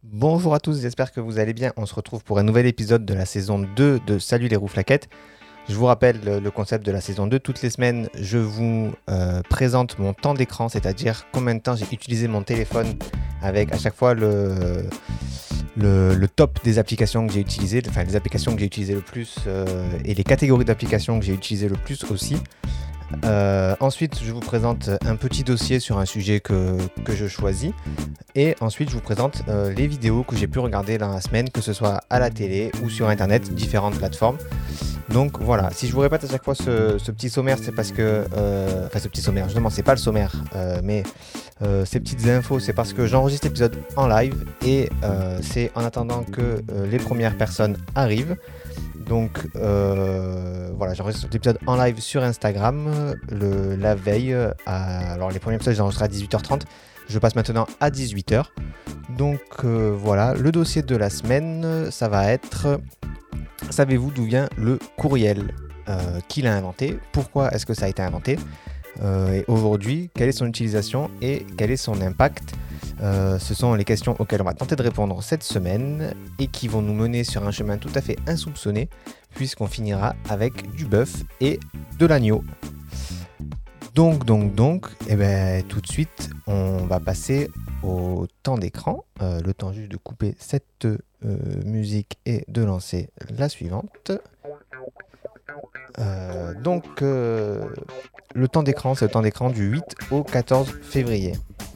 Bonjour à tous, j'espère que vous allez bien. On se retrouve pour un nouvel épisode de la saison 2 de Salut les rouflaquettes. Je vous rappelle le concept de la saison 2. Toutes les semaines, je vous présente mon temps d'écran, c'est-à-dire combien de temps j'ai utilisé mon téléphone avec à chaque fois le top des applications que j'ai utilisées, enfin les applications que j'ai utilisées le plus et les catégories d'applications que j'ai utilisées le plus aussi. Ensuite, je vous présente un petit dossier sur un sujet que je choisis. Et ensuite, je vous présente les vidéos que j'ai pu regarder dans la semaine, que ce soit à la télé ou sur Internet, différentes plateformes. Donc voilà, si je vous répète à chaque fois ce petit sommaire, c'est parce que... Enfin, ce petit sommaire, justement, c'est pas le sommaire, mais ces petites infos, c'est parce que j'enregistre l'épisode en live et c'est en attendant que les premières personnes arrivent. Donc voilà, j'enregistre l'épisode en live sur Instagram la veille. Alors les premiers épisodes, j'enregistre à 18h30. Je passe maintenant à 18h. Donc voilà, le dossier de la semaine, ça va être... Savez-vous d'où vient le courriel? Qui l'a inventé? Pourquoi est-ce que ça a été inventé? Et aujourd'hui, quelle est son utilisation et quel est son impact? Ce sont les questions auxquelles on va tenter de répondre cette semaine et qui vont nous mener sur un chemin tout à fait insoupçonné puisqu'on finira avec du bœuf et de l'agneau. Donc, et ben, tout de suite, on va passer au temps d'écran. Le temps juste de couper cette musique et de lancer la suivante. Le temps d'écran, c'est le temps d'écran du 8 au 14 février.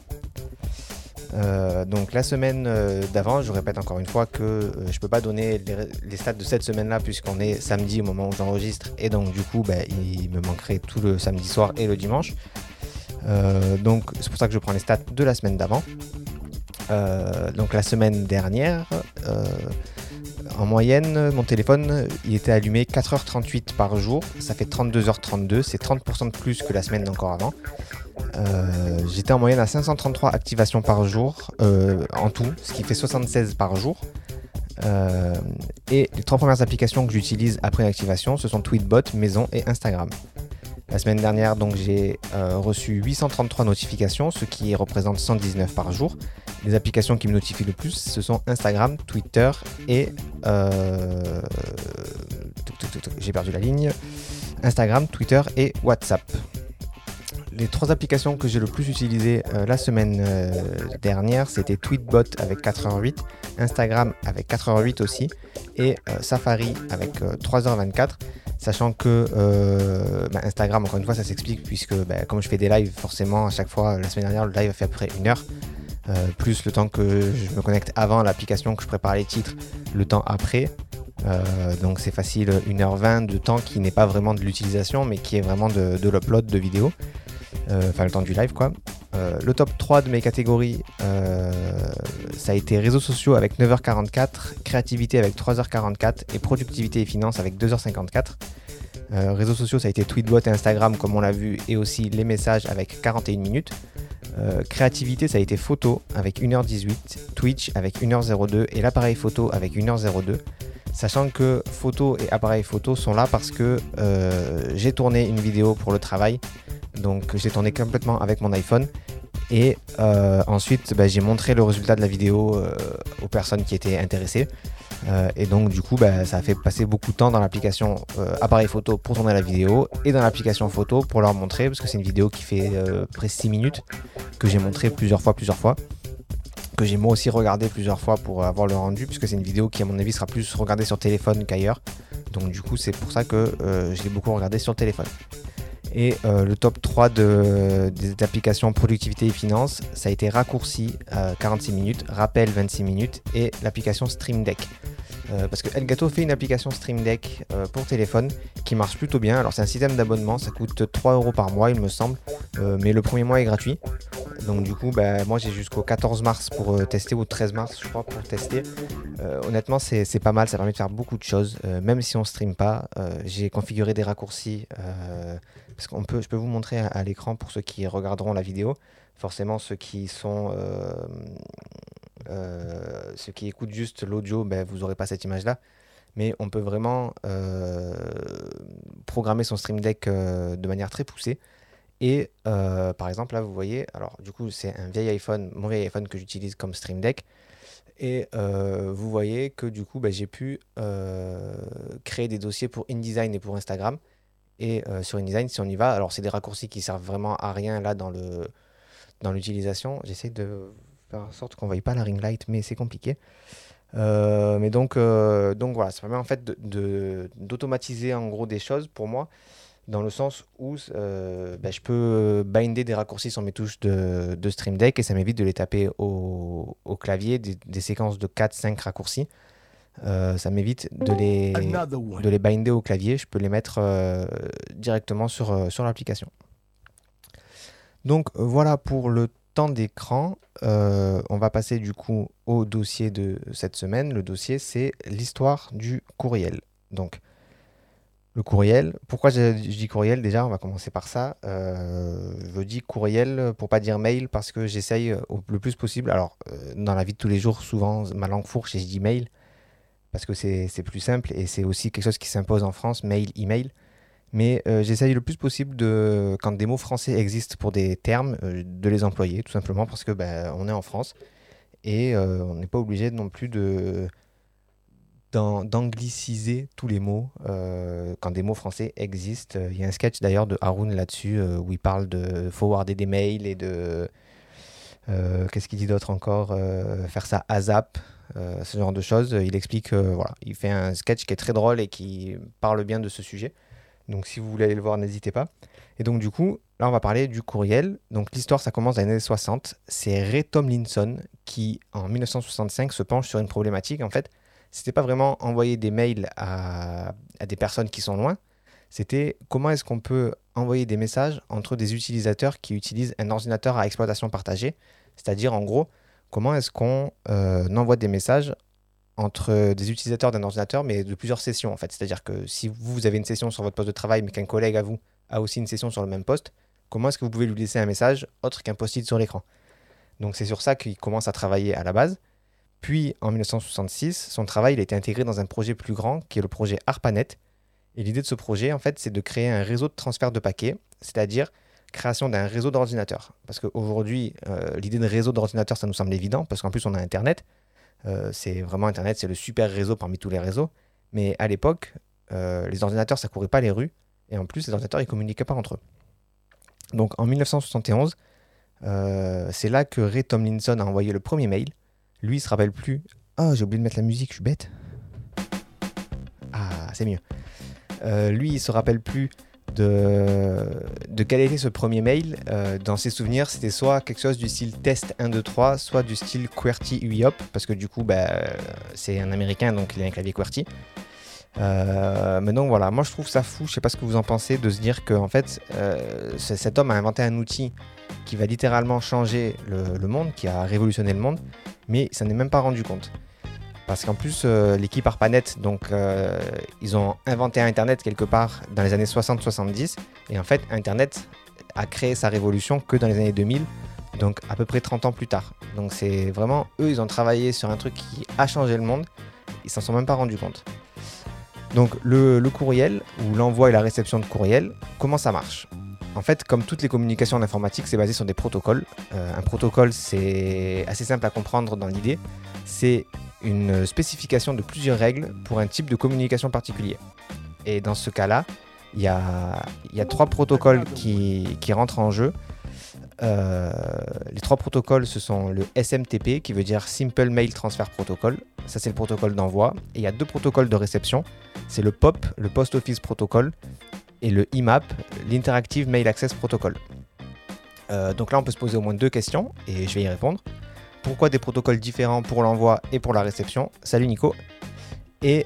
Donc la semaine d'avant, je répète encore une fois que je peux pas donner les stats de cette semaine-là puisqu'on est samedi au moment où j'enregistre et donc du coup il me manquerait tout le samedi soir et le dimanche. Donc c'est pour ça que je prends les stats de la semaine d'avant. Donc la semaine dernière, en moyenne, mon téléphone il était allumé 4h38 par jour, ça fait 32h32, c'est 30% de plus que la semaine d'encore avant. J'étais en moyenne à 533 activations par jour en tout, ce qui fait 76 par jour. Et les trois premières applications que j'utilise après l'activation, ce sont Tweetbot, Maison et Instagram. La semaine dernière, donc, j'ai reçu 833 notifications, ce qui représente 119 par jour. Les applications qui me notifient le plus, ce sont Instagram, Twitter et... J'ai perdu la ligne. Instagram, Twitter et WhatsApp. Les trois applications que j'ai le plus utilisées la semaine dernière, c'était Tweetbot avec 4h08, Instagram avec 4h08 aussi, et Safari avec 3h24. Sachant que Instagram, encore une fois, ça s'explique puisque comme je fais des lives, forcément, à chaque fois, la semaine dernière, le live a fait à peu près 1 heure. Plus le temps que je me connecte avant l'application, que je prépare les titres, le temps après. Donc c'est facile, 1h20 de temps qui n'est pas vraiment de l'utilisation, mais qui est vraiment de l'upload de vidéos. Enfin le temps du live quoi. Le top 3 de mes catégories, ça a été réseaux sociaux avec 9h44, créativité avec 3h44 et productivité et finance avec 2h54. Réseaux sociaux, ça a été Tweetbot et Instagram comme on l'a vu, et aussi les messages avec 41 minutes. Créativité, ça a été photo avec 1h18, Twitch avec 1h02 et l'appareil photo avec 1h02. Sachant que photo et appareil photo sont là parce que j'ai tourné une vidéo pour le travail. Donc j'ai tourné complètement avec mon iPhone. Et ensuite j'ai montré le résultat de la vidéo aux personnes qui étaient intéressées. Et donc du coup ça a fait passer beaucoup de temps dans l'application appareil photo pour tourner la vidéo et dans l'application photo pour leur montrer, parce que c'est une vidéo qui fait près 6 minutes que j'ai montré plusieurs fois, que j'ai moi aussi regardé plusieurs fois pour avoir le rendu, puisque c'est une vidéo qui à mon avis sera plus regardée sur téléphone qu'ailleurs. Donc du coup c'est pour ça que je l'ai beaucoup regardé sur téléphone. Et le top 3 des applications productivité et finance, ça a été raccourci 46 minutes, rappel 26 minutes et l'application Stream Deck. Parce que Elgato fait une application Stream Deck pour téléphone qui marche plutôt bien. Alors c'est un système d'abonnement, ça coûte 3€ par mois il me semble, mais le premier mois est gratuit. Donc du coup moi j'ai jusqu'au 14 mars pour tester, ou 13 mars je crois pour tester. Honnêtement c'est pas mal, ça permet de faire beaucoup de choses, même si on stream pas. J'ai configuré des raccourcis parce je peux vous montrer à l'écran pour ceux qui regarderont la vidéo. Forcément ceux qui écoutent juste l'audio, vous n'aurez pas cette image là, mais on peut vraiment programmer son Stream Deck de manière très poussée. Et par exemple là vous voyez, alors du coup c'est mon vieil iPhone que j'utilise comme Stream Deck. Et vous voyez que du coup, j'ai pu créer des dossiers pour InDesign et pour Instagram. Et sur InDesign, si on y va, alors c'est des raccourcis qui servent vraiment à rien là dans l'utilisation. J'essaie de faire en sorte qu'on ne voie pas la ring light, mais c'est compliqué. Mais donc voilà, ça permet en fait d'automatiser en gros des choses pour moi, dans le sens où je peux binder des raccourcis sur mes touches de Stream Deck et ça m'évite de les taper au clavier, des séquences de 4-5 raccourcis. Ça m'évite de les binder au clavier, je peux les mettre directement sur l'application. Donc voilà pour le temps d'écran. On va passer du coup au dossier de cette semaine. Le dossier, c'est l'histoire du courriel. Donc, le courriel, pourquoi je dis courriel déjà? On va commencer par ça. Je dis courriel pour pas dire mail parce que j'essaye le plus possible. Alors, dans la vie de tous les jours, souvent, ma langue fourche et je dis mail parce que c'est plus simple et c'est aussi quelque chose qui s'impose en France, mail, email. Mais j'essaye le plus possible quand des mots français existent pour des termes, de les employer, tout simplement parce que on est en France et on n'est pas obligé non plus d'angliciser tous les mots quand des mots français existent. Il y a un sketch d'ailleurs de Haroun là-dessus où il parle de forwarder des mails et de... qu'est-ce qu'il dit d'autre encore, faire ça ASAP, ce genre de choses. Il explique, voilà, il fait un sketch qui est très drôle et qui parle bien de ce sujet. Donc si vous voulez aller le voir, n'hésitez pas. Et donc du coup, là on va parler du courriel. Donc l'histoire, ça commence dans les années 60. C'est Ray Tomlinson qui, en 1965, se penche sur une problématique. En fait, c'était pas vraiment envoyer des mails à des personnes qui sont loin. C'était comment est-ce qu'on peut envoyer des messages entre des utilisateurs qui utilisent un ordinateur à exploitation partagée. C'est-à-dire, en gros, comment est-ce qu'on envoie des messages entre des utilisateurs d'un ordinateur, mais de plusieurs sessions en fait. C'est-à-dire que si vous avez une session sur votre poste de travail, mais qu'un collègue à vous a aussi une session sur le même poste, comment est-ce que vous pouvez lui laisser un message autre qu'un post-it sur l'écran? Donc c'est sur ça qu'il commence à travailler à la base. Puis en 1966, son travail il a été intégré dans un projet plus grand qui est le projet ARPANET. Et l'idée de ce projet, en fait, c'est de créer un réseau de transfert de paquets, c'est-à-dire création d'un réseau d'ordinateurs. Parce qu'aujourd'hui, l'idée de réseau d'ordinateurs, ça nous semble évident, parce qu'en plus on a Internet. C'est vraiment Internet, c'est le super réseau parmi tous les réseaux. Mais à l'époque, les ordinateurs, ça courait pas les rues. Et en plus, les ordinateurs, ils communiquaient pas entre eux. Donc en 1971, c'est là que Ray Tomlinson a envoyé le premier mail. Lui, il se rappelle plus. Ah, j'ai oublié de mettre la musique, je suis bête. Ah, c'est mieux. Lui, il se rappelle plus de quel était ce premier mail. Dans ses souvenirs, c'était soit quelque chose du style test 1, 2, 3, soit du style QWERTY UIOP, parce que du coup, c'est un américain, donc il a un clavier QWERTY. Mais donc voilà, moi je trouve ça fou, je sais pas ce que vous en pensez, de se dire que en fait, cet homme a inventé un outil qui va littéralement changer le monde, qui a révolutionné le monde, mais il s'en est même pas rendu compte. Parce qu'en plus, l'équipe ARPANET, donc, ils ont inventé Internet quelque part dans les années 60-70. Et en fait, Internet a créé sa révolution que dans les années 2000, donc à peu près 30 ans plus tard. Donc c'est vraiment, eux, ils ont travaillé sur un truc qui a changé le monde. Ils s'en sont même pas rendus compte. Donc le courriel, ou l'envoi et la réception de courriel, comment ça marche ? En fait, comme toutes les communications en informatique, c'est basé sur des protocoles. Un protocole, c'est assez simple à comprendre dans l'idée. C'est une spécification de plusieurs règles pour un type de communication particulier. Et dans ce cas-là, il y a 3 protocoles qui rentrent en jeu. Les 3 protocoles, ce sont le SMTP, qui veut dire Simple Mail Transfer Protocol. Ça, c'est le protocole d'envoi. Et il y a 2 protocoles de réception. C'est le POP, le Post Office Protocol, et le IMAP, l'Interactive Mail Access Protocol. Donc là, on peut se poser au moins 2 questions, et je vais y répondre. Pourquoi des protocoles différents pour l'envoi et pour la réception? Salut Nico. Et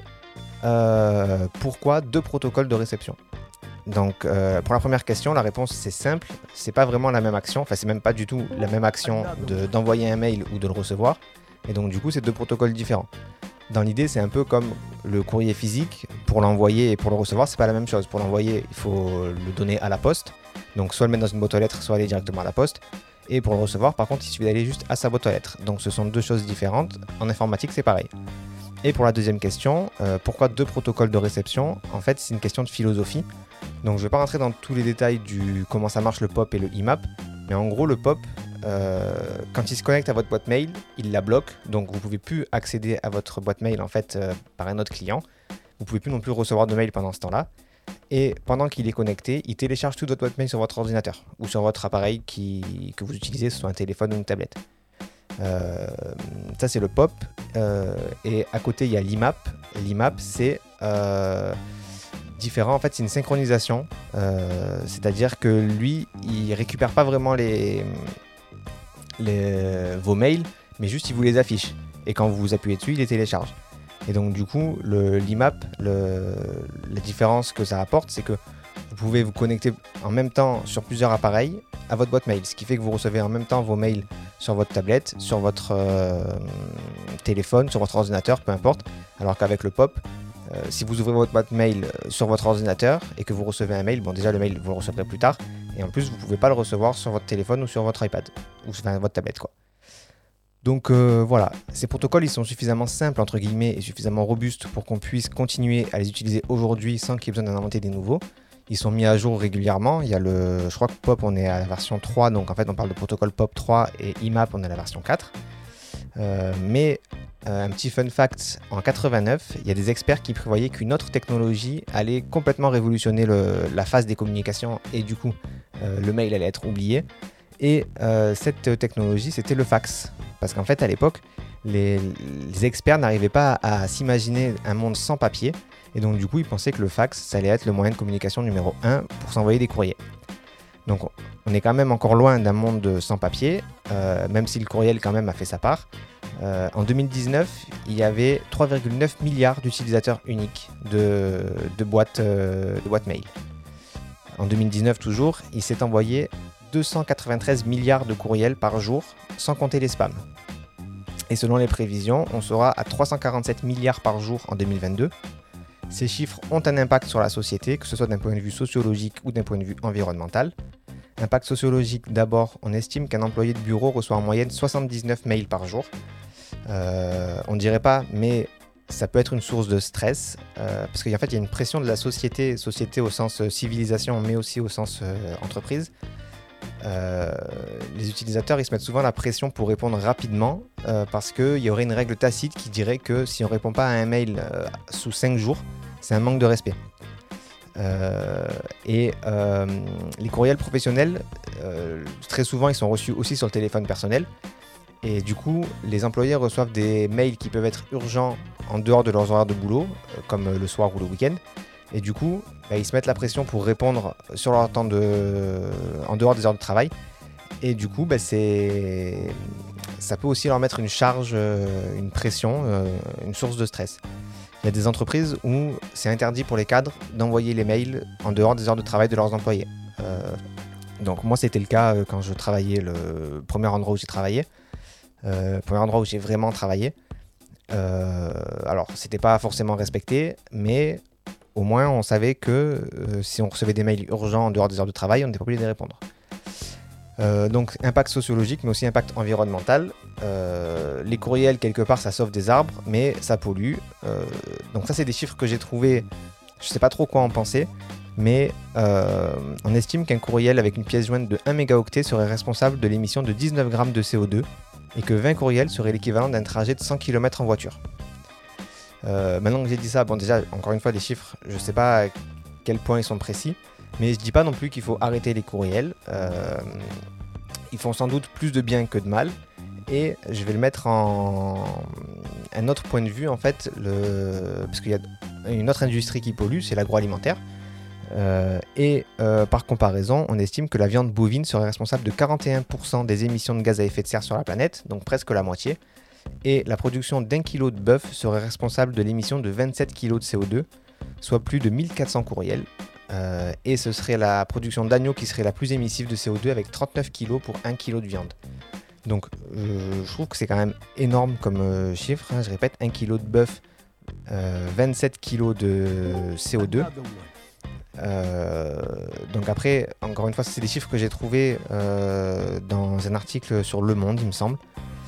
pourquoi 2 protocoles de réception? Donc pour la première question, la réponse c'est simple, c'est pas vraiment la même action, enfin c'est même pas du tout la même action d'envoyer un mail ou de le recevoir, et donc du coup c'est 2 protocoles différents. Dans l'idée, c'est un peu comme le courrier physique, pour l'envoyer et pour le recevoir, c'est pas la même chose. Pour l'envoyer, il faut le donner à la poste, donc soit le mettre dans une boîte aux lettres, soit aller directement à la poste. Et pour le recevoir, par contre, il suffit d'aller juste à sa boîte aux lettres. Donc ce sont 2 choses différentes. En informatique, c'est pareil. Et pour la deuxième question, pourquoi 2 protocoles de réception? En fait, c'est une question de philosophie. Donc je ne vais pas rentrer dans tous les détails du comment ça marche le POP et le IMAP. Mais en gros, le POP, quand il se connecte à votre boîte mail, il la bloque, donc vous ne pouvez plus accéder à votre boîte mail en fait par un autre client. Vous ne pouvez plus non plus recevoir de mail pendant ce temps-là. Et pendant qu'il est connecté, il télécharge toute votre boîte mail sur votre ordinateur ou sur votre appareil que vous utilisez, que ce soit un téléphone ou une tablette. Ça c'est le POP. Et à côté il y a l'IMAP. L'IMAP c'est différent, en fait c'est une synchronisation. C'est-à-dire que lui il récupère pas vraiment vos mails, mais juste il vous les affiche. Et quand vous appuyez dessus, il les télécharge. Et donc du coup, l'IMAP, la différence que ça apporte, c'est que vous pouvez vous connecter en même temps sur plusieurs appareils à votre boîte mail. Ce qui fait que vous recevez en même temps vos mails sur votre tablette, sur votre téléphone, sur votre ordinateur, peu importe. Alors qu'avec le POP, si vous ouvrez votre boîte mail sur votre ordinateur et que vous recevez un mail, bon déjà le mail vous le recevrez plus tard. Et en plus, vous ne pouvez pas le recevoir sur votre téléphone ou sur votre iPad, ou sur votre tablette quoi. Donc voilà, ces protocoles ils sont suffisamment simples entre guillemets et suffisamment robustes pour qu'on puisse continuer à les utiliser aujourd'hui sans qu'il y ait besoin d'en inventer des nouveaux. Ils sont mis à jour régulièrement, je crois que POP on est à la version 3, donc en fait on parle de protocole POP 3 et IMAP on est à la version 4. Mais un petit fun fact, en 89, il y a des experts qui prévoyaient qu'une autre technologie allait complètement révolutionner la phase des communications et du coup le mail allait être oublié. Et cette technologie c'était le fax. Parce qu'en fait, à l'époque, les experts n'arrivaient pas à s'imaginer un monde sans papier. Et donc, du coup, ils pensaient que le fax, ça allait être le moyen de communication numéro 1 pour s'envoyer des courriers. Donc, on est quand même encore loin d'un monde sans papier, même si le courriel, quand même, a fait sa part. En 2019, il y avait 3,9 milliards d'utilisateurs uniques de boîtes mail. En 2019, toujours, il s'est envoyé 293 milliards de courriels par jour, sans compter les spams. Et selon les prévisions, on sera à 347 milliards par jour en 2022. Ces chiffres ont un impact sur la société, que ce soit d'un point de vue sociologique ou d'un point de vue environnemental. Impact sociologique, d'abord, on estime qu'un employé de bureau reçoit en moyenne 79 mails par jour. On ne dirait pas, mais ça peut être une source de stress, parce qu'en fait, il y a une pression de la société au sens civilisation, mais aussi au sens entreprise. Les utilisateurs ils se mettent souvent la pression pour répondre rapidement parce qu'il y aurait une règle tacite qui dirait que si on ne répond pas à un mail sous 5 jours, c'est un manque de respect. Les courriels professionnels, très souvent ils sont reçus aussi sur le téléphone personnel et du coup les employés reçoivent des mails qui peuvent être urgents en dehors de leurs horaires de boulot comme le soir ou le week-end. Et du coup, ils se mettent la pression pour répondre sur leur temps en dehors des heures de travail. Et du coup, ça peut aussi leur mettre une charge, une pression, une source de stress. Il y a des entreprises où c'est interdit pour les cadres d'envoyer les mails en dehors des heures de travail de leurs employés. Donc moi, c'était le cas quand je travaillais, le premier endroit où j'ai travaillé, le premier endroit où j'ai vraiment travaillé. Alors, c'était pas forcément respecté, mais au moins, on savait que si on recevait des mails urgents en dehors des heures de travail, on n'était pas obligé de les répondre. Donc, impact sociologique, mais aussi impact environnemental. Les courriels, quelque part, ça sauve des arbres, mais ça pollue. Donc ça, c'est des chiffres que j'ai trouvés. Je ne sais pas trop quoi en penser, mais on estime qu'un courriel avec une pièce jointe de 1 mégaoctet serait responsable de l'émission de 19 grammes de CO2 et que 20 courriels seraient l'équivalent d'un trajet de 100 km en voiture. Maintenant que j'ai dit ça, bon déjà, encore une fois, les chiffres, je sais pas à quel point ils sont précis, mais je dis pas non plus qu'il faut arrêter les courriels. Ils font sans doute plus de bien que de mal, et je vais le mettre en un autre point de vue en fait, parce qu'il y a une autre industrie qui pollue, c'est l'agroalimentaire. Par comparaison, on estime que la viande bovine serait responsable de 41% des émissions de gaz à effet de serre sur la planète, donc presque la moitié. Et la production d'1 kg de bœuf serait responsable de l'émission de 27 kg de CO2, soit plus de 1400 courriels. Et ce serait la production d'agneau qui serait la plus émissive de CO2 avec 39 kg pour 1 kg de viande. Donc je trouve que c'est quand même énorme comme chiffre, hein, je répète, 1 kg de bœuf, 27 kg de CO2. Donc après, encore une fois, c'est des chiffres que j'ai trouvés dans un article sur Le Monde, il me semble.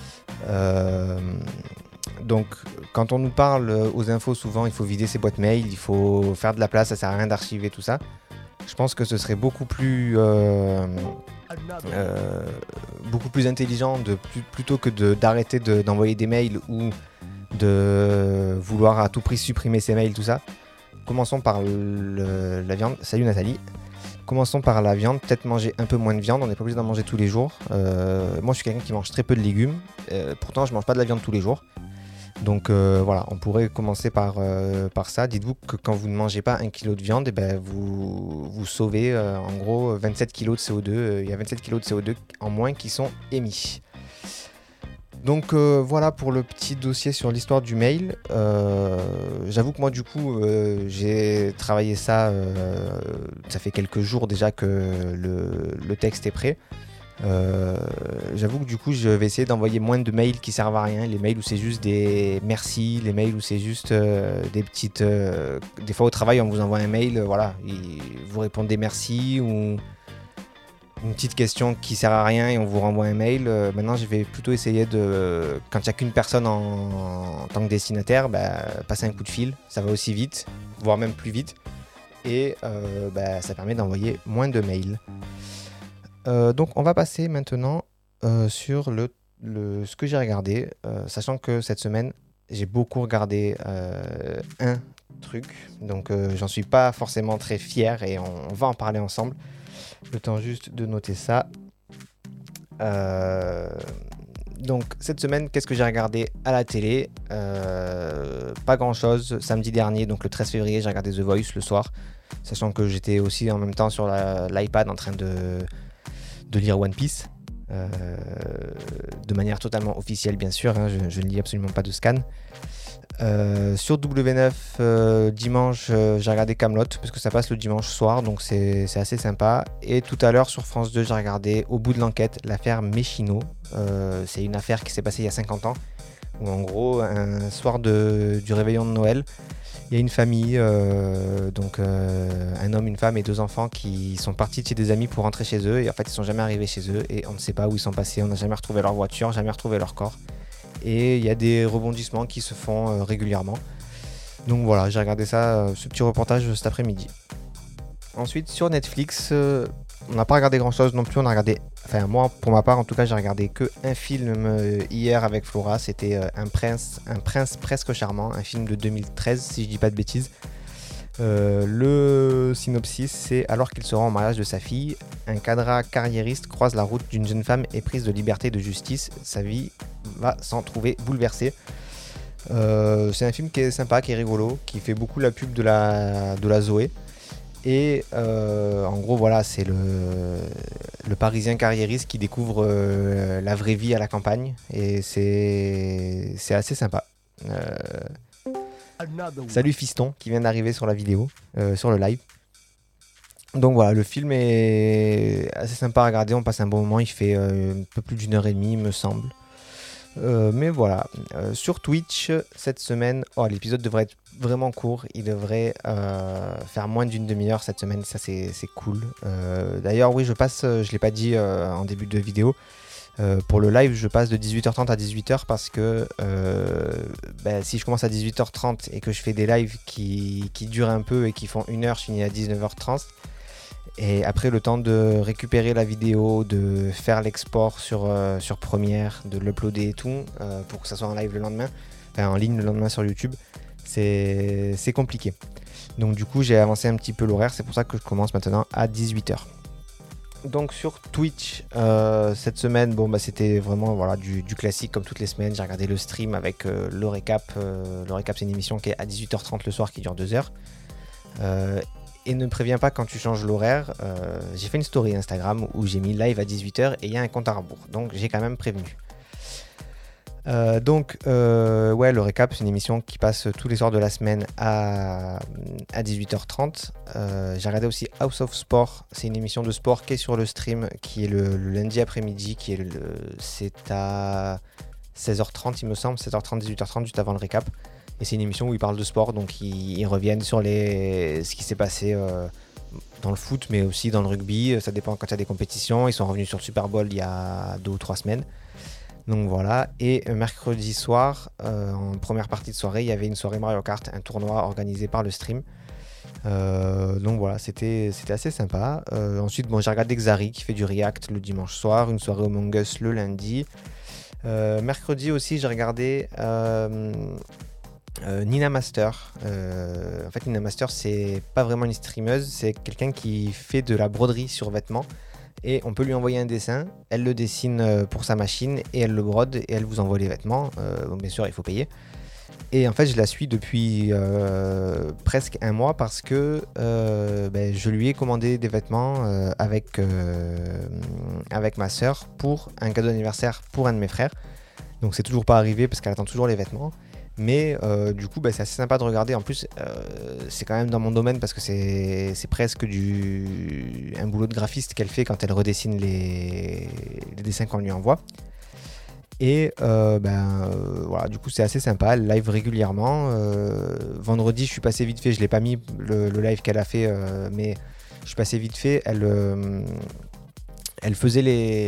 Donc quand on nous parle aux infos, souvent il faut vider ses boîtes mail, il faut faire de la place, ça sert à rien d'archiver tout ça. Je pense que ce serait beaucoup plus beaucoup plus intelligent plutôt que d'arrêter d'envoyer des mails ou de vouloir à tout prix supprimer ces mails, tout ça. Commençons par la viande. Salut Nathalie. Commençons par la viande, peut-être manger un peu moins de viande, on n'est pas obligé d'en manger tous les jours. Moi je suis quelqu'un qui mange très peu de légumes, pourtant je mange pas de la viande tous les jours. Donc voilà, on pourrait commencer par ça. Dites-vous que quand vous ne mangez pas 1 kg de viande, eh ben, vous sauvez en gros 27 kg de CO2. Il y a 27 kg de CO2 en moins qui sont émis. Donc voilà pour le petit dossier sur l'histoire du mail. J'avoue que moi du coup j'ai travaillé ça, ça fait quelques jours déjà que le texte est prêt. J'avoue que du coup je vais essayer d'envoyer moins de mails qui servent à rien, les mails où c'est juste des merci, les mails où c'est juste des petites... des fois au travail on vous envoie un mail, voilà, vous répondez merci ou une petite question qui sert à rien et on vous renvoie un mail. Maintenant je vais plutôt essayer de, quand il n'y a qu'une personne en tant que destinataire, passer un coup de fil, ça va aussi vite, voire même plus vite, et ça permet d'envoyer moins de mails. Donc on va passer maintenant sur ce que j'ai regardé, sachant que cette semaine j'ai beaucoup regardé un truc, donc j'en suis pas forcément très fier et on va en parler ensemble. Le temps juste de noter ça. Donc cette semaine, qu'est-ce que j'ai regardé à la télé? Pas grand chose. Samedi dernier, donc le 13 février, j'ai regardé The Voice le soir, sachant que j'étais aussi en même temps sur l'iPad en train de lire One Piece, de manière totalement officielle bien sûr, hein, je ne lis absolument pas de scan. Sur W9 dimanche j'ai regardé Kaamelott parce que ça passe le dimanche soir, donc c'est assez sympa. Et tout à l'heure sur France 2 j'ai regardé Au bout de l'enquête, l'affaire Méchineau. C'est une affaire qui s'est passée il y a 50 ans où en gros un soir du réveillon de Noël, il y a une famille, un homme, une femme et 2 enfants qui sont partis de chez des amis pour rentrer chez eux, et en fait ils sont jamais arrivés chez eux et on ne sait pas où ils sont passés, on n'a jamais retrouvé leur voiture, jamais retrouvé leur corps. Et il y a des rebondissements qui se font régulièrement. Donc voilà, j'ai regardé ça, ce petit reportage cet après-midi. Ensuite sur Netflix, on n'a pas regardé grand chose non plus, on a regardé, enfin moi pour ma part en tout cas j'ai regardé que un film hier avec Flora, c'était un prince presque charmant, un film de 2013 si je dis pas de bêtises. Le synopsis, c'est: alors qu'il se rend au mariage de sa fille, un cadre carriériste croise la route d'une jeune femme éprise de liberté et de justice. Sa vie va s'en trouver bouleversée. C'est un film qui est sympa, qui est rigolo, qui fait beaucoup la pub de la Zoé. Et en gros voilà, c'est le parisien carriériste qui découvre la vraie vie à la campagne, et c'est assez sympa. Salut Fiston qui vient d'arriver sur la vidéo, sur le live. Donc voilà, le film est assez sympa à regarder, on passe un bon moment, il fait un peu plus d'1 heure et demie me semble. Mais voilà, sur Twitch cette semaine, l'épisode devrait être vraiment court, il devrait faire moins d'une demi-heure cette semaine, ça c'est cool. D'ailleurs oui, je l'ai pas dit en début de vidéo, pour le live je passe de 18h30 à 18h parce que si je commence à 18h30 et que je fais des lives qui durent un peu et qui font 1 heure, je finis à 19h30. Et après le temps de récupérer la vidéo, de faire l'export sur Premiere, de l'uploader et tout, pour que ça soit en live le lendemain, en ligne le lendemain sur YouTube, c'est compliqué. Donc du coup j'ai avancé un petit peu l'horaire, c'est pour ça que je commence maintenant à 18h. Donc sur Twitch cette semaine, c'était vraiment voilà, du classique comme toutes les semaines. J'ai regardé le stream avec le récap. Le récap c'est une émission qui est à 18h30 le soir qui dure 2 heures. Et ne préviens pas quand tu changes l'horaire. J'ai fait une story Instagram où j'ai mis live à 18h et il y a un compte à rebours. Donc j'ai quand même prévenu. Le récap c'est une émission qui passe tous les soirs de la semaine à 18h30. J'ai regardé aussi House of Sport, c'est une émission de sport qui est sur le stream, qui est le lundi après-midi, c'est à 16h30 il me semble, 16h30, 18h30 juste avant le récap. Et c'est une émission où ils parlent de sport, donc ils reviennent sur ce qui s'est passé dans le foot, mais aussi dans le rugby, ça dépend quand il y a des compétitions. Ils sont revenus sur le Super Bowl il y a 2 ou 3 semaines. Donc voilà, et mercredi soir, en première partie de soirée, il y avait une soirée Mario Kart, un tournoi organisé par le stream. Donc voilà, c'était assez sympa. Ensuite, bon, j'ai regardé Xari qui fait du React le dimanche soir, une soirée Among Us le lundi. Mercredi aussi, j'ai regardé Nina Master. En fait, Nina Master, c'est pas vraiment une streameuse, c'est quelqu'un qui fait de la broderie sur vêtements. Et on peut lui envoyer un dessin, elle le dessine pour sa machine et elle le brode et elle vous envoie les vêtements. Donc bien sûr, il faut payer. Et en fait, je la suis depuis presque un mois parce que je lui ai commandé des vêtements avec ma sœur pour un cadeau d'anniversaire pour un de mes frères. Donc c'est toujours pas arrivé parce qu'elle attend toujours les vêtements. Mais du coup, c'est assez sympa de regarder. En plus, c'est quand même dans mon domaine parce que c'est presque un boulot de graphiste qu'elle fait quand elle redessine les dessins qu'on lui envoie. Et voilà, du coup, c'est assez sympa. Elle live régulièrement. Vendredi, je suis passé vite fait. Je l'ai pas mis le live qu'elle a fait, mais je suis passé vite fait. Elle faisait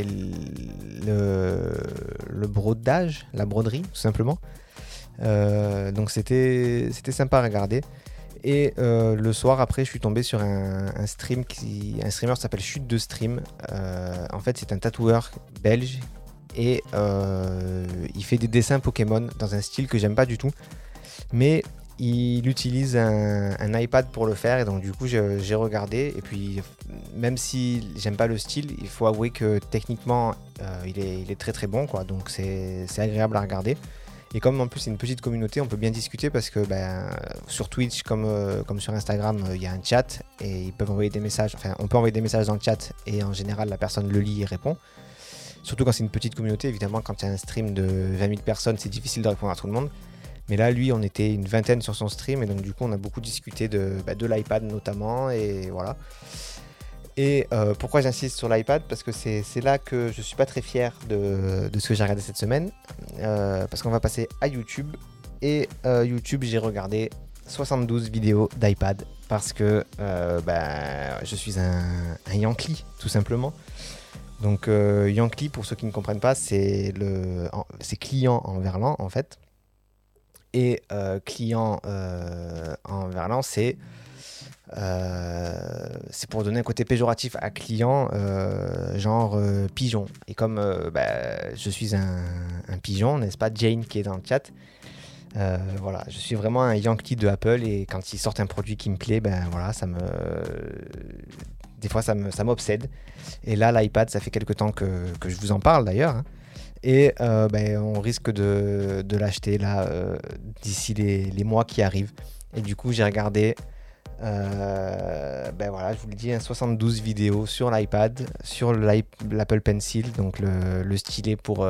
le brodage, la broderie, tout simplement. Donc c'était sympa à regarder. Et le soir après, je suis tombé sur un streamer qui s'appelle Chute de Stream. En fait, c'est un tatoueur belge et il fait des dessins Pokémon dans un style que j'aime pas du tout. Mais il utilise un iPad pour le faire et donc du coup j'ai regardé. Et puis même si j'aime pas le style, il faut avouer que techniquement il est très très bon, quoi. Donc c'est agréable à regarder. Et comme en plus c'est une petite communauté, on peut bien discuter parce que sur Twitch comme sur Instagram, il y a un chat et ils peuvent envoyer des messages. Enfin, on peut envoyer des messages dans le chat et en général la personne le lit et répond. Surtout quand c'est une petite communauté, évidemment, quand il y a un stream de 20 000 personnes, c'est difficile de répondre à tout le monde. Mais là, lui, on était une vingtaine sur son stream et donc du coup, on a beaucoup discuté de l'iPad notamment et voilà. Et pourquoi j'insiste sur l'iPad ? Parce que c'est là que je suis pas très fier de ce que j'ai regardé cette semaine. Parce qu'on va passer à YouTube. Et YouTube, j'ai regardé 72 vidéos d'iPad. Parce que je suis un Yankee, tout simplement. Donc Yankee, pour ceux qui ne comprennent pas, c'est client en verlan, en fait. Et client en verlan, c'est pour donner un côté péjoratif à client, genre pigeon. Et comme je suis un pigeon, n'est-ce pas, Jane qui est dans le chat, voilà, je suis vraiment un Yankee de Apple et quand ils sortent un produit qui me plaît, voilà, des fois ça m'obsède. Et là, l'iPad, ça fait quelques temps que je vous en parle d'ailleurs, hein. Et on risque de l'acheter là d'ici les mois qui arrivent. Et du coup, j'ai regardé voilà, je vous le dis, 72 vidéos sur l'iPad, sur l'Apple Pencil, donc le stylet pour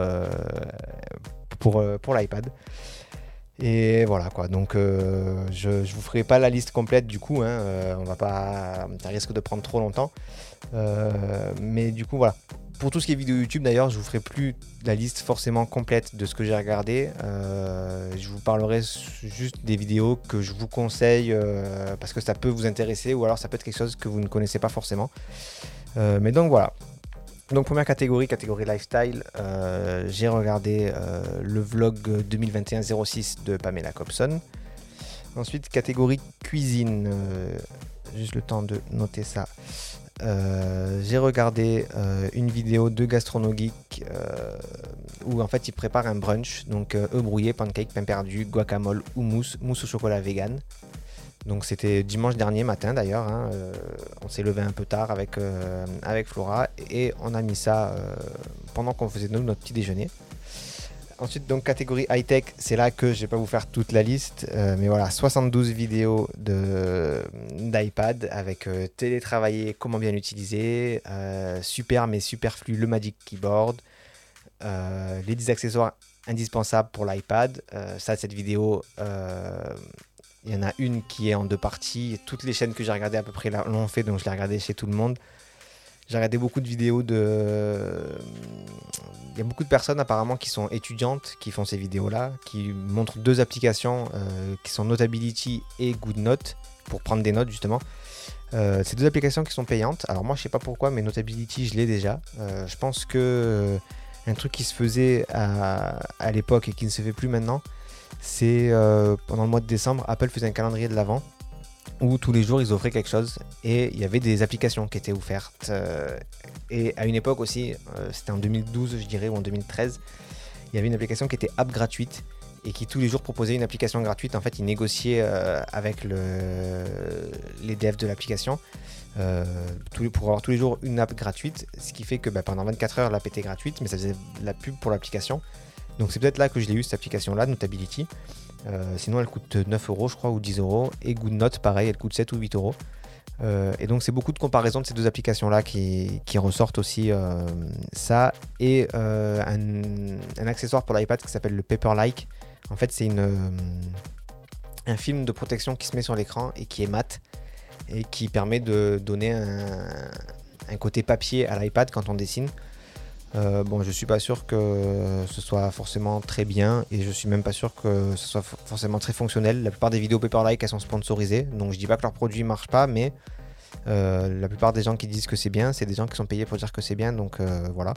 l'iPad. Et voilà quoi, donc je vous ferai pas la liste complète du coup, hein, ça risque de prendre trop longtemps. Mais du coup voilà. Pour tout ce qui est vidéo YouTube d'ailleurs, je vous ferai plus la liste forcément complète de ce que j'ai regardé. Je vous parlerai juste des vidéos que je vous conseille parce que ça peut vous intéresser ou alors ça peut être quelque chose que vous ne connaissez pas forcément. Mais donc voilà. Donc première catégorie lifestyle, j'ai regardé le vlog 2021-06 de Pamela Cobson. Ensuite catégorie cuisine, juste le temps de noter ça. J'ai regardé une vidéo de GastronoGeek où en fait il prépare un brunch, donc œufs brouillés, pancakes, pain perdu, guacamole, mousse au chocolat vegan. Donc c'était dimanche dernier matin d'ailleurs, hein, on s'est levé un peu tard avec Flora et on a mis ça pendant qu'on faisait notre petit déjeuner. Ensuite, donc catégorie high-tech, c'est là que je vais pas vous faire toute la liste, mais voilà, 72 vidéos d'iPad avec télétravailler, comment bien l'utiliser, super mais superflu le Magic Keyboard, les 10 accessoires indispensables pour l'iPad. Cette vidéo, il y en a une qui est en 2 parties. Toutes les chaînes que j'ai regardées à peu près l'ont fait, donc je l'ai regardé chez tout le monde. J'ai regardé beaucoup de vidéos il y a beaucoup de personnes apparemment qui sont étudiantes qui font ces vidéos-là, qui montrent 2 applications qui sont Notability et GoodNote pour prendre des notes justement. Ces 2 applications qui sont payantes. Alors moi je sais pas pourquoi, mais Notability je l'ai déjà. Je pense que un truc qui se faisait à l'époque et qui ne se fait plus maintenant, c'est pendant le mois de décembre, Apple faisait un calendrier de l'Avent où tous les jours ils offraient quelque chose et il y avait des applications qui étaient offertes. Et à une époque aussi, c'était en 2012 je dirais ou en 2013, il y avait une application qui était app gratuite et qui tous les jours proposait une application gratuite. En fait, ils négociaient avec les devs de l'application pour avoir tous les jours une app gratuite, ce qui fait que pendant 24 heures l'app était gratuite, mais ça faisait de la pub pour l'application. Donc c'est peut-être là que je l'ai eu, cette application-là, Notability. Sinon elle coûte 9 euros je crois ou 10 euros, et GoodNote pareil, elle coûte 7 ou 8 euros. Et donc c'est beaucoup de comparaisons de ces deux applications là qui ressortent aussi, ça et un accessoire pour l'iPad qui s'appelle le Paperlike. En fait c'est un film de protection qui se met sur l'écran et qui est mat et qui permet de donner un côté papier à l'iPad quand on dessine. Je suis pas sûr que ce soit forcément très bien et je suis même pas sûr que ce soit forcément très fonctionnel. La plupart des vidéos Paperlike elles sont sponsorisées, donc je dis pas que leurs produits marchent pas, mais la plupart des gens qui disent que c'est bien, c'est des gens qui sont payés pour dire que c'est bien, donc voilà.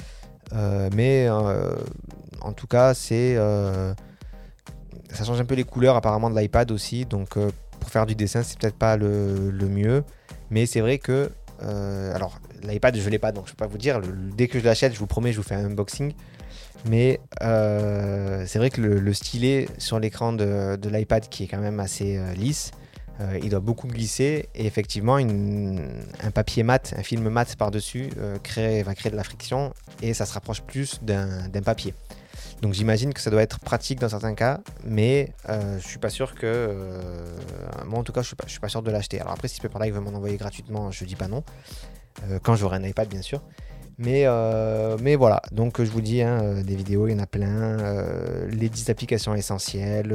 Mais en tout cas, ça change un peu les couleurs apparemment de l'iPad aussi, donc pour faire du dessin, c'est peut-être pas le mieux, mais c'est vrai que alors l'iPad je l'ai pas donc je peux pas vous dire, dès que je l'achète je vous promets je vous fais un unboxing, mais c'est vrai que le stylet sur l'écran de l'iPad qui est quand même assez lisse, il doit beaucoup glisser et effectivement un papier mat, un film mat par dessus va créer de la friction et ça se rapproche plus d'un papier. Donc j'imagine que ça doit être pratique dans certains cas, mais je suis pas sûr que... moi en tout cas je suis pas sûr de l'acheter. Alors après si Paperlike veut m'en envoyer gratuitement, je dis pas non. Quand j'aurai un iPad bien sûr. Mais voilà, donc je vous dis, des vidéos il y en a plein. Les 10 applications essentielles,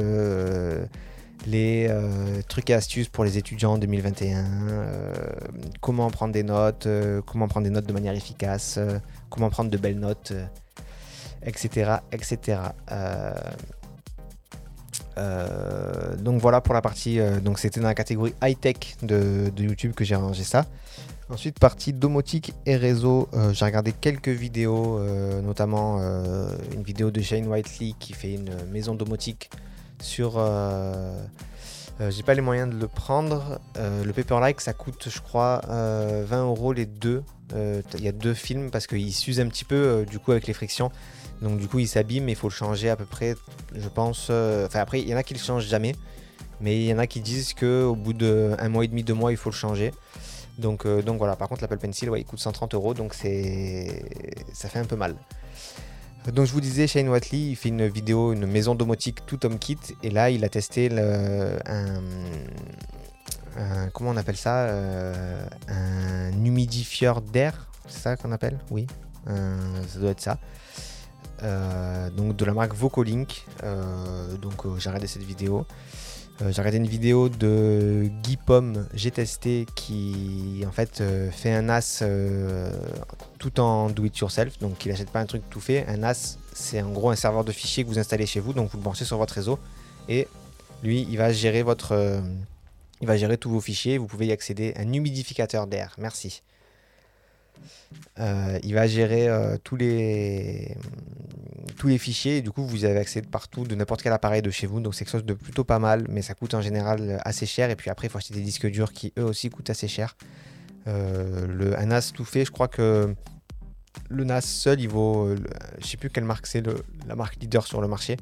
les trucs et astuces pour les étudiants en 2021, comment prendre des notes de manière efficace, comment prendre de belles notes, etc. Donc voilà pour la partie, donc c'était dans la catégorie high-tech de YouTube que j'ai rangé ça. Ensuite, partie domotique et réseau, j'ai regardé quelques vidéos, notamment une vidéo de Shane Whiteley qui fait une maison domotique sur... j'ai pas les moyens de le prendre. Le Paperlike, ça coûte, je crois, 20 euros les deux. Il y a deux films parce qu'il s'use un petit peu du coup avec les frictions. Donc du coup, il s'abîme et il faut le changer à peu près, je pense... après, il y en a qui le changent jamais. Mais il y en a qui disent qu'au bout d'un mois et demi, 2 mois, il faut le changer. Donc voilà, par contre l'Apple Pencil il coûte 130 euros, donc ça fait un peu mal. Donc je vous disais, Shane Whiteley il fait une vidéo, une maison domotique tout home kit, et là il a testé comment on appelle ça, un humidifieur d'air, c'est ça qu'on appelle? Oui, ça doit être ça. Donc de la marque Vocalink. J'ai regardé cette vidéo. J'ai regardé une vidéo de Guy Pomme, j'ai testé, qui en fait fait un NAS tout en do it yourself, donc il n'achète pas un truc tout fait. Un NAS, c'est en gros un serveur de fichiers que vous installez chez vous, donc vous le branchez sur votre réseau et lui il va gérer tous vos fichiers. Vous pouvez y accéder. Un humidificateur d'air, merci. Il va gérer tous les fichiers, et du coup vous avez accès partout de n'importe quel appareil de chez vous, donc c'est quelque chose de plutôt pas mal, mais ça coûte en général assez cher, et puis après il faut acheter des disques durs qui eux aussi coûtent assez cher. Un NAS tout fait, je crois que le NAS seul il vaut, je sais plus quelle marque c'est, la marque leader sur le marché.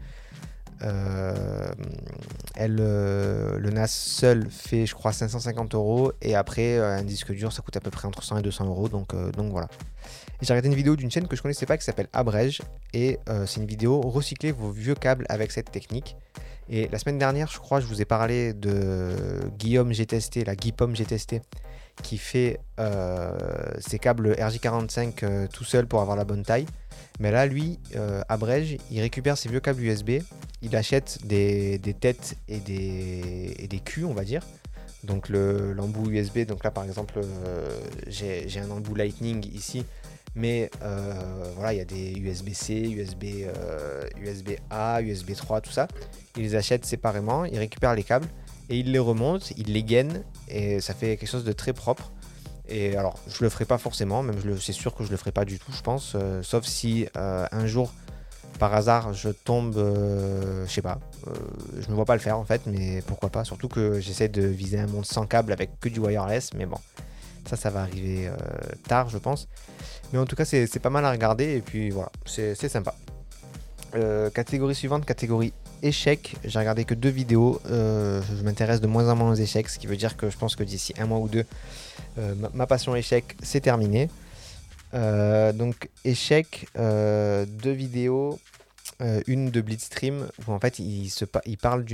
Le NAS seul fait je crois 550 euros, et après un disque dur ça coûte à peu près entre 100 et 200 euros, donc voilà. Et j'ai regardé une vidéo d'une chaîne que je connaissais pas qui s'appelle Abrège, et c'est une vidéo recycler vos vieux câbles avec cette technique. Et la semaine dernière je crois je vous ai parlé de Guillaume J'ai Testé, Guy Pomme J'ai Testé, qui fait ses câbles RJ45 tout seul pour avoir la bonne taille. Mais là, lui, Abrège, il récupère ses vieux câbles USB, il achète des têtes et des culs, on va dire. Donc l'embout USB, donc là par exemple, j'ai un embout Lightning ici, mais voilà, il y a des USB-C, USB-A, USB 3, tout ça. Il les achète séparément, il récupère les câbles et il les remonte, il les gaine, et ça fait quelque chose de très propre. Et alors, je le ferai pas forcément, même c'est sûr que je le ferai pas du tout, je pense, sauf si un jour par hasard je tombe, je sais pas, je me vois pas le faire en fait, mais pourquoi pas, surtout que j'essaie de viser un monde sans câble avec que du wireless, mais bon, ça va arriver tard je pense. Mais en tout cas c'est pas mal à regarder et puis voilà, c'est sympa. Catégorie suivante, catégorie échecs. J'ai regardé que 2 vidéos. Je m'intéresse de moins en moins aux échecs, ce qui veut dire que je pense que d'ici un mois ou deux, ma passion échec c'est terminé. Donc échecs, 2 vidéos. Une de Blitzstream où en fait il parle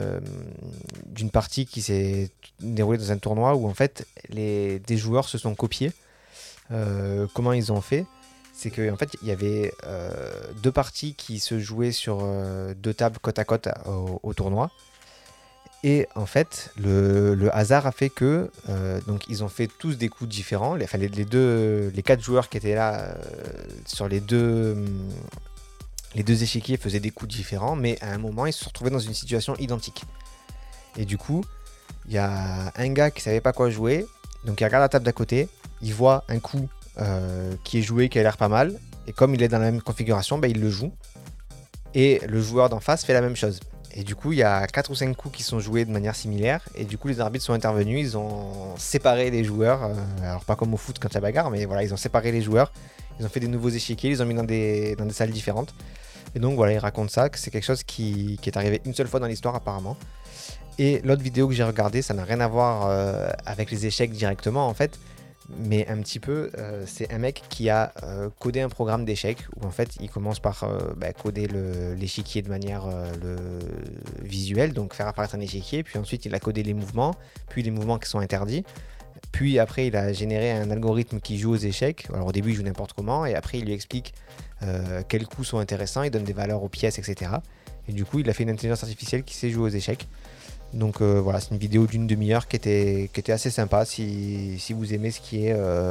d'une partie qui s'est déroulée dans un tournoi où en fait des joueurs se sont copiés. Comment ils ont fait? C'est qu'en fait il y avait 2 parties qui se jouaient sur 2 tables côte à côte au tournoi. Et en fait, le hasard a fait que donc ils ont fait tous des coups différents. Les 4 joueurs qui étaient là sur les deux échiquiers faisaient des coups différents, mais à un moment ils se sont retrouvés dans une situation identique. Et du coup, il y a un gars qui savait pas quoi jouer, donc il regarde la table d'à côté, il voit un coup qui est joué, qui a l'air pas mal, et comme il est dans la même configuration, il le joue. Et le joueur d'en face fait la même chose. Et du coup, il y a 4 ou 5 coups qui sont joués de manière similaire. Et du coup, les arbitres sont intervenus. Ils ont séparé les joueurs. Alors, pas comme au foot quand il y a bagarre, mais voilà, ils ont séparé les joueurs. Ils ont fait des nouveaux échiquiers. Ils les ont mis dans des salles différentes. Et donc, voilà, ils racontent ça, que c'est quelque chose qui est arrivé une seule fois dans l'histoire, apparemment. Et l'autre vidéo que j'ai regardée, ça n'a rien à voir avec les échecs directement, en fait. Mais un petit peu, c'est un mec qui a codé un programme d'échecs où en fait il commence par coder l'échiquier de manière visuelle, donc faire apparaître un échiquier, puis ensuite il a codé les mouvements, puis les mouvements qui sont interdits, puis après il a généré un algorithme qui joue aux échecs. Alors au début il joue n'importe comment et après il lui explique quels coups sont intéressants, il donne des valeurs aux pièces, etc. Et du coup il a fait une intelligence artificielle qui sait jouer aux échecs. Donc voilà, c'est une vidéo d'une demi-heure qui était assez sympa si vous aimez ce qui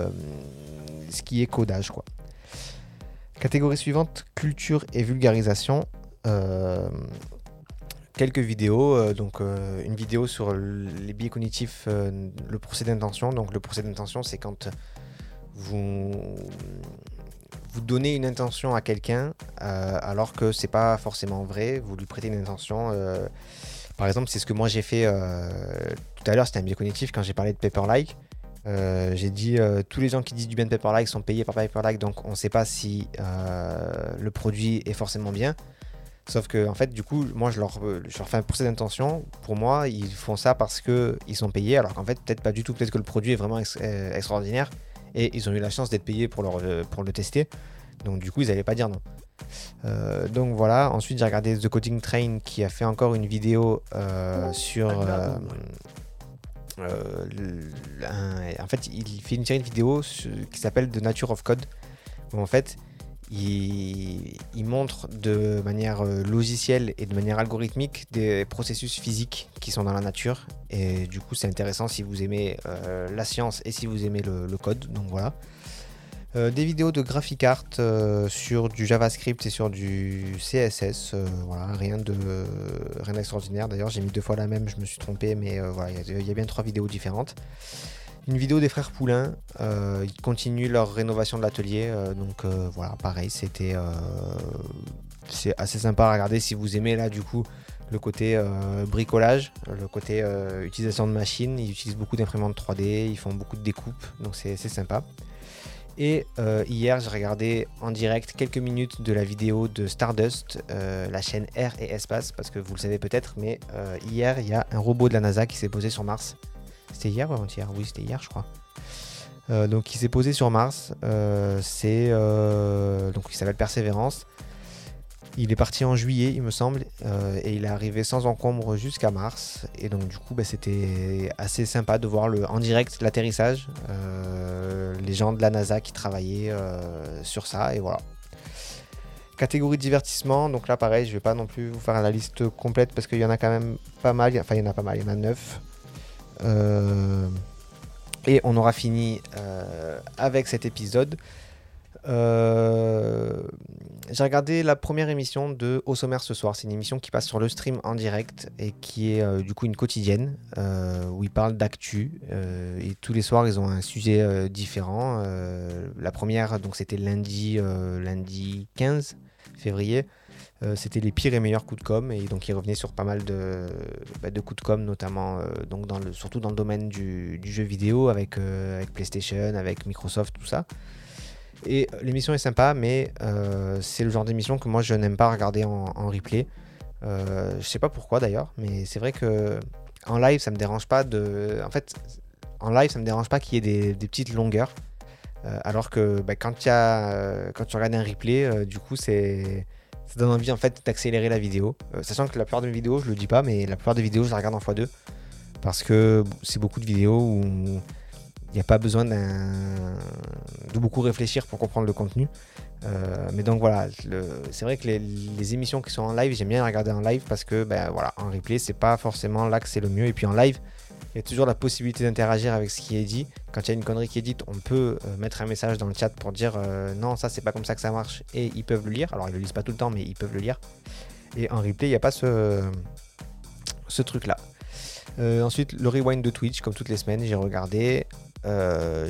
est codage, quoi. Catégorie suivante, culture et vulgarisation. Quelques vidéos, une vidéo sur les biais cognitifs, le procès d'intention. Donc le procès d'intention, c'est quand vous donnez une intention à quelqu'un alors que c'est pas forcément vrai, vous lui prêtez une intention. Par exemple, c'est ce que moi j'ai fait tout à l'heure, c'était un biais cognitif quand j'ai parlé de Paperlike. J'ai dit tous les gens qui disent du bien de Paperlike sont payés par Paperlike, donc on ne sait pas si le produit est forcément bien. Sauf que en fait, du coup, moi je leur fais un procès d'intention. Pour moi, ils font ça parce qu'ils sont payés, alors qu'en fait, peut-être pas du tout. Peut-être que le produit est vraiment extraordinaire et ils ont eu la chance d'être payés pour le tester. Donc du coup, ils n'allaient pas dire non. Donc voilà, ensuite j'ai regardé The Coding Train qui a fait encore une vidéo sur en fait il fait une série de vidéos qui s'appelle The Nature of Code où en fait il montre de manière logicielle et de manière algorithmique des processus physiques qui sont dans la nature, et du coup c'est intéressant si vous aimez la science et si vous aimez le code. Donc voilà. Des vidéos de graphic art sur du JavaScript et sur du CSS, voilà, rien d'extraordinaire. D'ailleurs, j'ai mis 2 fois la même, je me suis trompé, mais voilà, il y a bien 3 vidéos différentes. Une vidéo des frères Poulain, ils continuent leur rénovation de l'atelier, donc voilà, pareil, c'est assez sympa à regarder si vous aimez là du coup le côté bricolage, le côté utilisation de machines. Ils utilisent beaucoup d'imprimantes 3D, ils font beaucoup de découpes, donc c'est sympa. Et hier, j'ai regardé en direct quelques minutes de la vidéo de Stardust, la chaîne Air et Espace, parce que vous le savez peut-être, mais hier, il y a un robot de la NASA qui s'est posé sur Mars. C'était hier ou avant-hier? Oui, c'était hier, je crois. Donc, il s'est posé sur Mars. Donc, il s'appelle Persévérance. Il est parti en juillet, il me semble, et il est arrivé sans encombre jusqu'à Mars. Et donc du coup, c'était assez sympa de voir en direct l'atterrissage, les gens de la NASA qui travaillaient sur ça, et voilà. Catégorie divertissement, donc là pareil, je vais pas non plus vous faire la liste complète parce qu'il y en a quand même pas mal, enfin il y en a pas mal, il y en a 9. Et on aura fini avec cet épisode. J'ai regardé la première émission de Au Sommaire ce soir. C'est une émission qui passe sur le stream en direct et qui est du coup une quotidienne où ils parlent d'actu et tous les soirs ils ont un sujet différent. La première, donc c'était lundi 15 février. C'était les pires et meilleurs coups de com, et donc il revenait sur pas mal de coups de com, notamment donc surtout dans le domaine du jeu vidéo avec PlayStation, avec Microsoft, tout ça. Et l'émission est sympa, mais c'est le genre d'émission que moi je n'aime pas regarder en replay. Je sais pas pourquoi d'ailleurs, mais c'est vrai que en live ça me dérange pas en fait, en live ça me dérange pas qu'il y ait des petites longueurs, alors que quand tu regardes un replay, du coup ça donne envie en fait d'accélérer la vidéo, sachant que la plupart de mes vidéos, je le dis pas, mais la plupart des vidéos je les regarde en x2 parce que c'est beaucoup de vidéos où il n'y a pas besoin de beaucoup réfléchir pour comprendre le contenu. Mais donc voilà, c'est vrai que les émissions qui sont en live, j'aime bien les regarder en live parce que en replay, c'est pas forcément là que c'est le mieux. Et puis en live, il y a toujours la possibilité d'interagir avec ce qui est dit. Quand il y a une connerie qui est dite, on peut mettre un message dans le chat pour dire non, ça c'est pas comme ça que ça marche, et ils peuvent le lire. Alors ils le lisent pas tout le temps, mais ils peuvent le lire. Et en replay, il n'y a pas ce truc là. Ensuite, le rewind de Twitch, comme toutes les semaines, j'ai regardé 2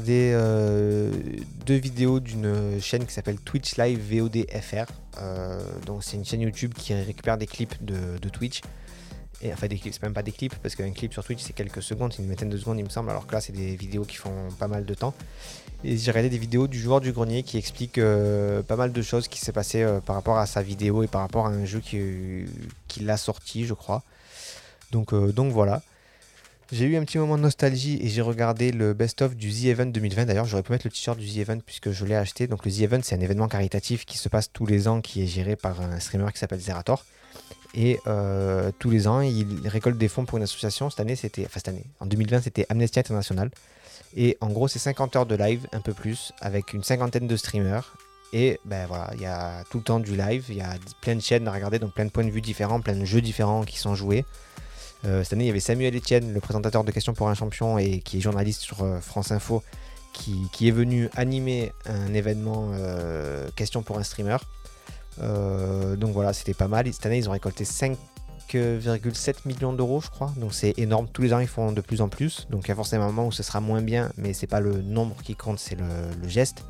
vidéos d'une chaîne qui s'appelle Twitch Live VOD FR. Donc c'est une chaîne YouTube qui récupère des clips de Twitch. Et enfin des clips, c'est même pas des clips, parce qu'un clip sur Twitch c'est quelques secondes, c'est une vingtaine de secondes il me semble, alors que là c'est des vidéos qui font pas mal de temps. Et j'ai regardé des vidéos du joueur du grenier qui explique pas mal de choses qui s'est passé par rapport à sa vidéo et par rapport à un jeu qu'il a sorti, je crois. Donc voilà. J'ai eu un petit moment de nostalgie et j'ai regardé le best-of du The Event 2020. D'ailleurs, j'aurais pu mettre le t-shirt du The Event puisque je l'ai acheté. Donc le The Event, c'est un événement caritatif qui se passe tous les ans, qui est géré par un streamer qui s'appelle Zerator. Et tous les ans, il récolte des fonds pour une association. En 2020, c'était Amnesty International. Et en gros, c'est 50 heures de live, un peu plus, avec une cinquantaine de streamers. Et il y a tout le temps du live, il y a plein de chaînes à regarder, donc plein de points de vue différents, plein de jeux différents qui sont joués. Cette année, il y avait Samuel Etienne, le présentateur de Questions pour un champion et qui est journaliste sur France Info, qui est venu animer un événement Questions pour un streamer. Donc voilà, c'était pas mal. Cette année, ils ont récolté 5,7 millions d'euros, je crois. Donc c'est énorme. Tous les ans, ils font de plus en plus. Donc il y a forcément un moment où ce sera moins bien, mais c'est pas le nombre qui compte, c'est le geste.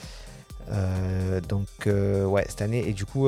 Cette année, et du coup...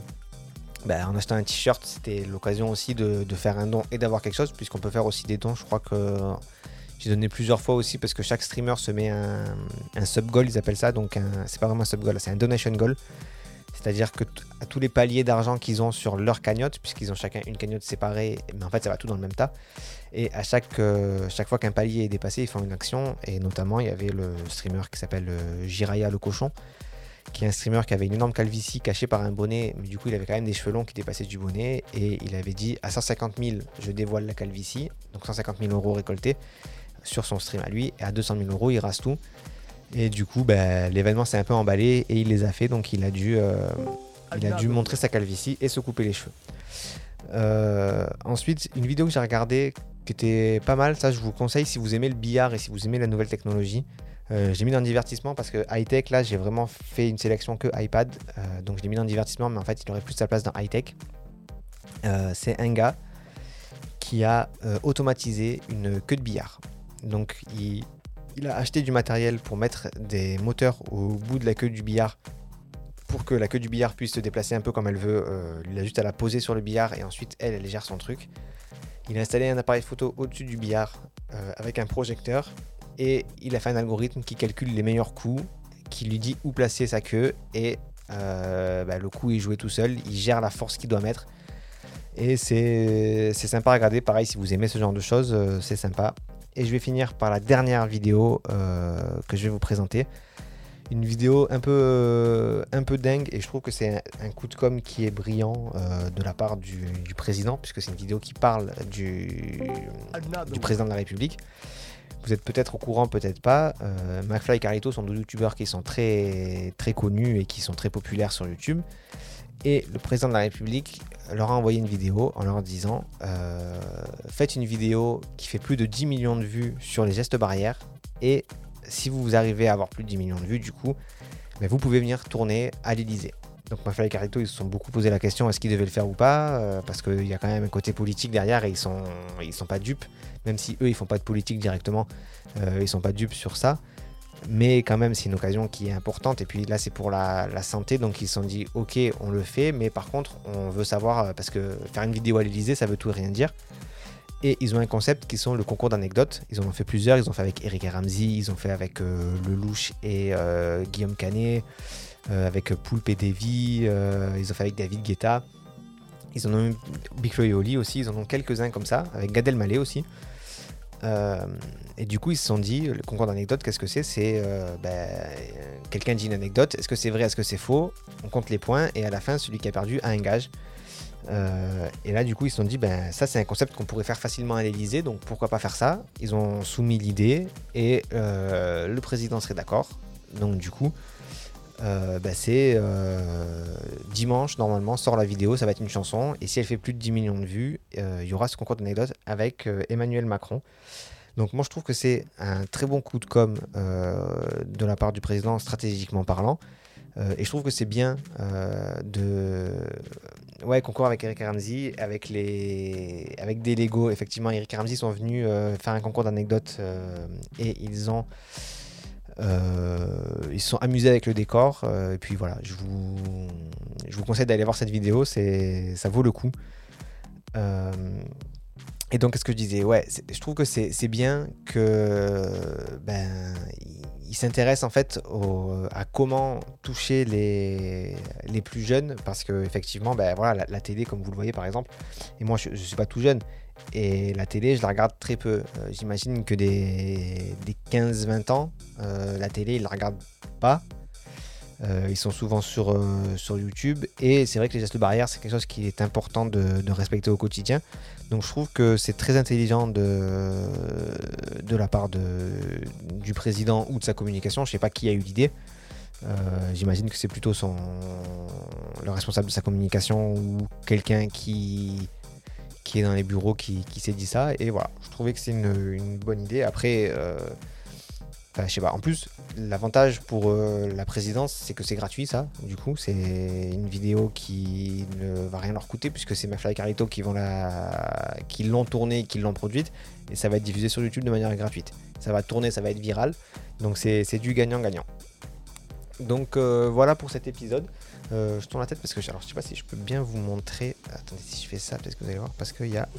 en achetant un t-shirt, c'était l'occasion aussi de faire un don et d'avoir quelque chose, puisqu'on peut faire aussi des dons. Je crois que j'ai donné plusieurs fois aussi, parce que chaque streamer se met un sub-goal, ils appellent ça. Donc c'est pas vraiment un sub-goal, c'est un donation goal. C'est-à-dire que à tous les paliers d'argent qu'ils ont sur leur cagnotte, puisqu'ils ont chacun une cagnotte séparée, mais en fait ça va tout dans le même tas. Et à chaque fois qu'un palier est dépassé, ils font une action. Et notamment, il y avait le streamer qui s'appelle Jiraya le cochon, qui est un streamer qui avait une énorme calvitie cachée par un bonnet, mais du coup il avait quand même des cheveux longs qui dépassaient du bonnet, et il avait dit à 150 000 je dévoile la calvitie, donc 150 000 euros récoltés sur son stream à lui, et à 200 000 euros il rase tout. Et du coup l'événement s'est un peu emballé et il les a fait, donc il a dû montrer sa calvitie et se couper les cheveux. Ensuite, une vidéo que j'ai regardée qui était pas mal, ça je vous conseille si vous aimez le billard et si vous aimez la nouvelle technologie. J'ai mis dans le divertissement parce que high-tech, là j'ai vraiment fait une sélection que iPad, donc je l'ai mis dans le divertissement, mais en fait il aurait plus sa place dans high-tech. C'est un gars qui a automatisé une queue de billard. Donc il a acheté du matériel pour mettre des moteurs au bout de la queue du billard pour que la queue du billard puisse se déplacer un peu comme elle veut. Il a juste à la poser sur le billard et ensuite elle gère son truc. Il a installé un appareil photo au-dessus du billard avec un projecteur. Et il a fait un algorithme qui calcule les meilleurs coups, qui lui dit où placer sa queue, et le coup est joué tout seul, il gère la force qu'il doit mettre. Et c'est sympa à regarder, pareil si vous aimez ce genre de choses, c'est sympa. Et je vais finir par la dernière vidéo que je vais vous présenter. Une vidéo un peu dingue, et je trouve que c'est un coup de com' qui est brillant de la part du président, puisque c'est une vidéo qui parle du président de la République. Vous êtes peut-être au courant, peut-être pas. McFly et Carlito sont 2 youtubeurs qui sont très, très connus et qui sont très populaires sur YouTube. Et le président de la République leur a envoyé une vidéo en leur disant faites une vidéo qui fait plus de 10 millions de vues sur les gestes barrières. Et si vous arrivez à avoir plus de 10 millions de vues, du coup, vous pouvez venir tourner à l'Elysée. Donc McFly et Carlito, ils se sont beaucoup posé la question est-ce qu'ils devaient le faire ou pas, parce qu'il y a quand même un côté politique derrière et ils sont pas dupes, même si eux ils font pas de politique directement, ils sont pas dupes sur ça. Mais quand même, c'est une occasion qui est importante. Et puis là, c'est pour la santé. Donc ils se sont dit, ok, on le fait. Mais par contre, on veut savoir, parce que faire une vidéo à l'Elysée, ça veut tout et rien dire. Et ils ont un concept qui sont le concours d'anecdotes. Ils en ont fait plusieurs. Ils ont fait avec Eric et Ramsey. Ils ont fait avec Lelouch et Guillaume Canet. Avec Poulpe et Davy. Ils ont fait avec David Guetta. Ils en ont eu Big Flo et Oli aussi. Ils en ont quelques-uns comme ça. Avec Gad Elmaleh aussi. Et du coup, ils se sont dit, le concours d'anecdotes, qu'est-ce que c'est ? C'est quelqu'un dit une anecdote. Est-ce que c'est vrai ? Est-ce que c'est faux ? On compte les points. Et à la fin, celui qui a perdu a un gage. Et là, du coup, ils se sont dit, ça, c'est un concept qu'on pourrait faire facilement à l'Elysée. Donc, pourquoi pas faire ça ? Ils ont soumis l'idée. Et le président serait d'accord. Donc, du coup... c'est dimanche normalement sort la vidéo, ça va être une chanson et si elle fait plus de 10 millions de vues, il y aura ce concours d'anecdotes avec Emmanuel Macron. Donc moi je trouve que c'est un très bon coup de com de la part du président stratégiquement parlant, et je trouve que c'est bien concours avec Eric et Ramsey avec des Lego. Effectivement, Eric et Ramsey sont venus faire un concours d'anecdotes et ils se sont amusés avec le décor, et puis voilà, je vous conseille d'aller voir cette vidéo, ça vaut le coup. Et donc, qu'est-ce que je disais ? Je trouve que c'est bien que il s'intéresse en fait à comment toucher les plus jeunes, parce que effectivement, la télé, comme vous le voyez par exemple, et moi je suis pas tout jeune, et la télé je la regarde très peu. J'imagine que des 15-20 ans, la télé ils la regardent pas. Ils sont souvent sur YouTube, et c'est vrai que les gestes barrières, c'est quelque chose qui est important de respecter au quotidien. Donc je trouve que c'est très intelligent de la part du président ou de sa communication. Je sais pas qui a eu l'idée. J'imagine que c'est plutôt le responsable de sa communication ou quelqu'un qui est dans les bureaux qui s'est dit ça. Et voilà, je trouvais que c'est une bonne idée. Après... je sais pas. En plus, l'avantage pour la présidence, c'est que c'est gratuit, ça. Du coup, c'est une vidéo qui ne va rien leur coûter, puisque c'est McFly et Carlito qui l'ont tournée, qui l'ont produite, et ça va être diffusé sur YouTube de manière gratuite. Ça va tourner, ça va être viral, donc c'est du gagnant-gagnant. Donc voilà pour cet épisode. Je tourne la tête parce que je sais pas si je peux bien vous montrer. Attendez, si je fais ça, peut-être que vous allez voir, parce qu'il y a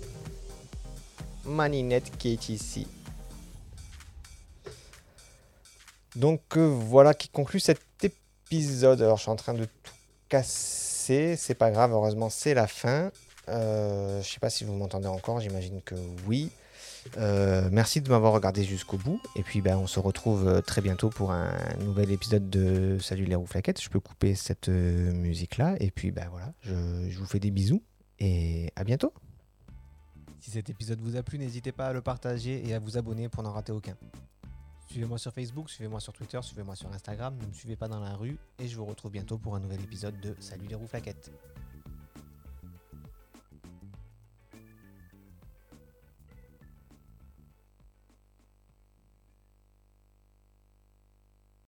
ma ninette qui est ici. Donc voilà qui conclut cet épisode. Alors je suis en train de tout casser, c'est pas grave, heureusement c'est la fin. Je sais pas si vous m'entendez encore, j'imagine que oui. Merci de m'avoir regardé jusqu'au bout. Et puis on se retrouve très bientôt pour un nouvel épisode de Salut les Rouflaquettes. Je peux couper cette musique là. Et puis voilà, je vous fais des bisous et à bientôt. Si cet épisode vous a plu, n'hésitez pas à le partager et à vous abonner pour n'en rater aucun. Suivez-moi sur Facebook, suivez-moi sur Twitter, suivez-moi sur Instagram, ne me suivez pas dans la rue, et je vous retrouve bientôt pour un nouvel épisode de Salut les Rouflaquettes.